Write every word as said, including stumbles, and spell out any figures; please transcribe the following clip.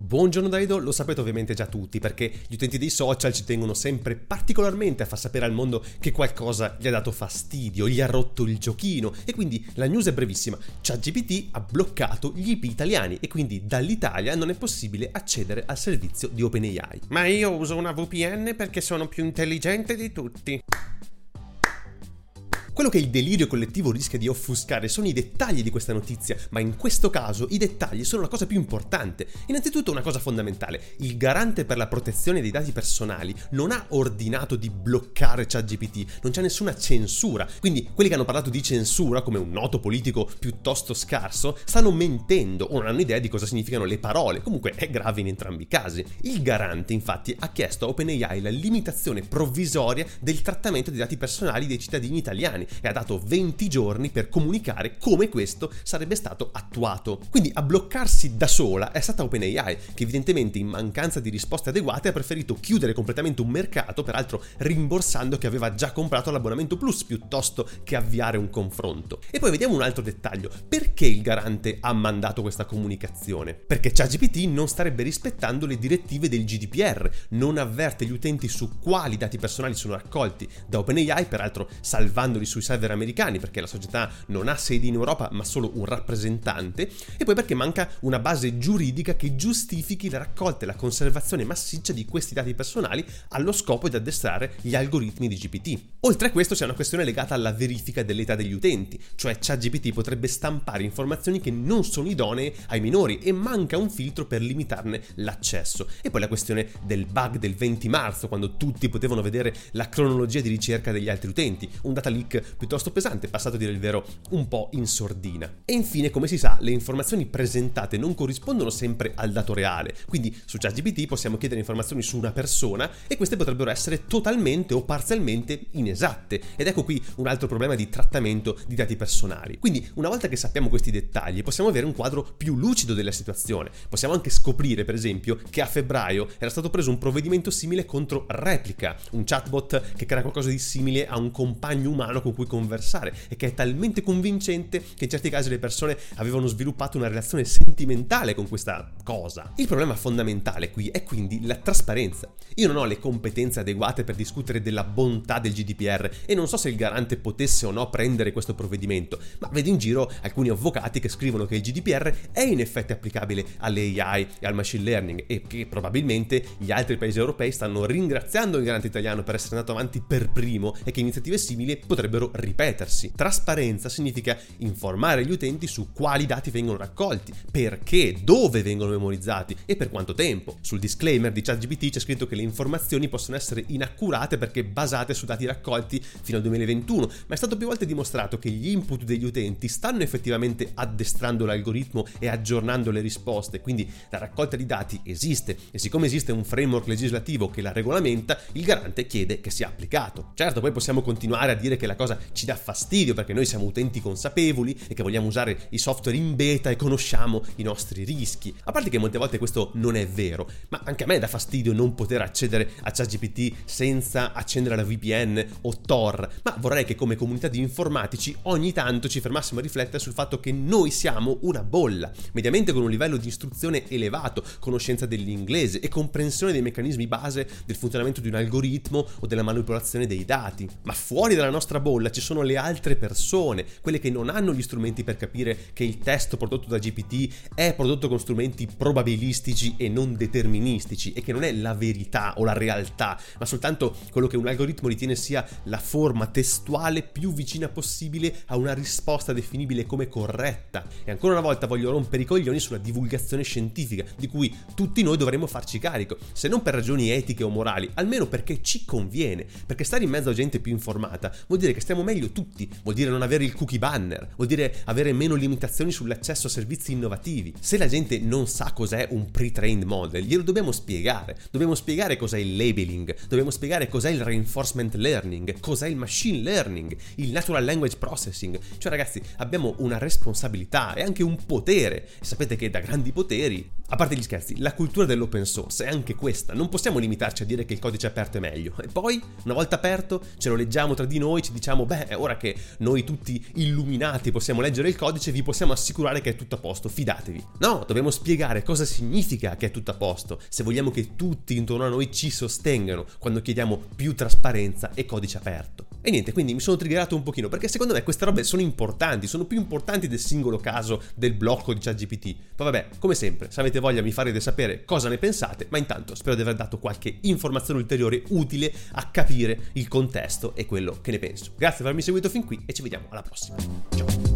Buongiorno da Edo, lo sapete ovviamente già tutti perché gli utenti dei social ci tengono sempre particolarmente a far sapere al mondo che qualcosa gli ha dato fastidio, gli ha rotto il giochino e quindi la news è brevissima. ChatGPT ha bloccato gli I P italiani e quindi dall'Italia non è possibile accedere al servizio di OpenAI. Ma io uso una V P N perché sono più intelligente di tutti. Quello che il delirio collettivo rischia di offuscare sono i dettagli di questa notizia, ma in questo caso i dettagli sono la cosa più importante. Innanzitutto una cosa fondamentale: il garante per la protezione dei dati personali non ha ordinato di bloccare ChatGPT, non c'è nessuna censura, quindi quelli che hanno parlato di censura, come un noto politico piuttosto scarso, stanno mentendo o non hanno idea di cosa significano le parole, comunque è grave in entrambi i casi. Il garante infatti ha chiesto a OpenAI la limitazione provvisoria del trattamento dei dati personali dei cittadini italiani e ha dato venti giorni per comunicare come questo sarebbe stato attuato. Quindi a bloccarsi da sola è stata OpenAI, che evidentemente in mancanza di risposte adeguate ha preferito chiudere completamente un mercato, peraltro rimborsando chi aveva già comprato l'abbonamento Plus piuttosto che avviare un confronto. E poi vediamo un altro dettaglio: perché il garante ha mandato questa comunicazione? Perché ChatGPT non starebbe rispettando le direttive del G D P R, non avverte gli utenti su quali dati personali sono raccolti da OpenAI, peraltro salvandoli sui server americani perché la società non ha sedi in Europa ma solo un rappresentante, e poi perché manca una base giuridica che giustifichi la raccolta e la conservazione massiccia di questi dati personali allo scopo di addestrare gli algoritmi di G P T. Oltre a questo c'è una questione legata alla verifica dell'età degli utenti, cioè ChatGPT potrebbe stampare informazioni che non sono idonee ai minori e manca un filtro per limitarne l'accesso. E poi la questione del bug del venti marzo, quando tutti potevano vedere la cronologia di ricerca degli altri utenti, un data leak piuttosto pesante, passato a dire il vero un po' in sordina. E infine, come si sa, le informazioni presentate non corrispondono sempre al dato reale, quindi su ChatGPT possiamo chiedere informazioni su una persona e queste potrebbero essere totalmente o parzialmente inesatte, ed ecco qui un altro problema di trattamento di dati personali. Quindi una volta che sappiamo questi dettagli possiamo avere un quadro più lucido della situazione. Possiamo anche scoprire, per esempio, che a febbraio era stato preso un provvedimento simile contro Replica, un chatbot che crea qualcosa di simile a un compagno umano con cui conversare e che è talmente convincente che in certi casi le persone avevano sviluppato una relazione sentimentale con questa cosa. Il problema fondamentale qui è quindi la trasparenza. Io non ho le competenze adeguate per discutere della bontà del G D P R e non so se il garante potesse o no prendere questo provvedimento, ma vedo in giro alcuni avvocati che scrivono che il G D P R è in effetti applicabile alle A I e al machine learning e che probabilmente gli altri paesi europei stanno ringraziando il garante italiano per essere andato avanti per primo e che iniziative simili potrebbero ripetersi. Trasparenza significa informare gli utenti su quali dati vengono raccolti, perché, dove vengono memorizzati e per quanto tempo. Sul disclaimer di ChatGPT c'è scritto che le informazioni possono essere inaccurate perché basate su dati raccolti fino al duemilaventuno, ma è stato più volte dimostrato che gli input degli utenti stanno effettivamente addestrando l'algoritmo e aggiornando le risposte, quindi la raccolta di dati esiste e siccome esiste un framework legislativo che la regolamenta, il garante chiede che sia applicato. Certo, poi possiamo continuare a dire che la cosa ci dà fastidio perché noi siamo utenti consapevoli e che vogliamo usare i software in beta e conosciamo i nostri rischi. A parte che molte volte questo non è vero, ma anche a me dà fastidio non poter accedere a ChatGPT senza accendere la V P N o Tor, ma vorrei che come comunità di informatici ogni tanto ci fermassimo a riflettere sul fatto che noi siamo una bolla, mediamente con un livello di istruzione elevato, conoscenza dell'inglese e comprensione dei meccanismi base del funzionamento di un algoritmo o della manipolazione dei dati. Ma fuori dalla nostra bolla ci sono le altre persone, quelle che non hanno gli strumenti per capire che il testo prodotto da G P T è prodotto con strumenti probabilistici e non deterministici e che non è la verità o la realtà, ma soltanto quello che un algoritmo ritiene sia la forma testuale più vicina possibile a una risposta definibile come corretta. E ancora una volta voglio rompere i coglioni sulla divulgazione scientifica, di cui tutti noi dovremmo farci carico, se non per ragioni etiche o morali, almeno perché ci conviene, perché stare in mezzo a gente più informata vuol dire che stiamo meglio tutti, vuol dire non avere il cookie banner, vuol dire avere meno limitazioni sull'accesso a servizi innovativi. Se la gente non sa cos'è un pre-trained model, glielo dobbiamo spiegare, dobbiamo spiegare cos'è il labeling, dobbiamo spiegare cos'è il reinforcement learning, cos'è il machine learning, il natural language processing. Cioè ragazzi, abbiamo una responsabilità e anche un potere, e sapete che da grandi poteri, a parte gli scherzi, la cultura dell'open source è anche questa, non possiamo limitarci a dire che il codice aperto è meglio, e poi una volta aperto ce lo leggiamo tra di noi, ci diciamo diciamo, beh, ora che noi tutti illuminati possiamo leggere il codice, vi possiamo assicurare che è tutto a posto, fidatevi. No, dobbiamo spiegare cosa significa che è tutto a posto, se vogliamo che tutti intorno a noi ci sostengano quando chiediamo più trasparenza e codice aperto. E niente, quindi mi sono triggerato un pochino, perché secondo me queste robe sono importanti, sono più importanti del singolo caso del blocco di ChatGPT. Poi vabbè, come sempre, se avete voglia mi farete sapere cosa ne pensate, ma intanto spero di aver dato qualche informazione ulteriore utile a capire il contesto e quello che ne penso. Grazie per avermi seguito fin qui e ci vediamo alla prossima. Ciao!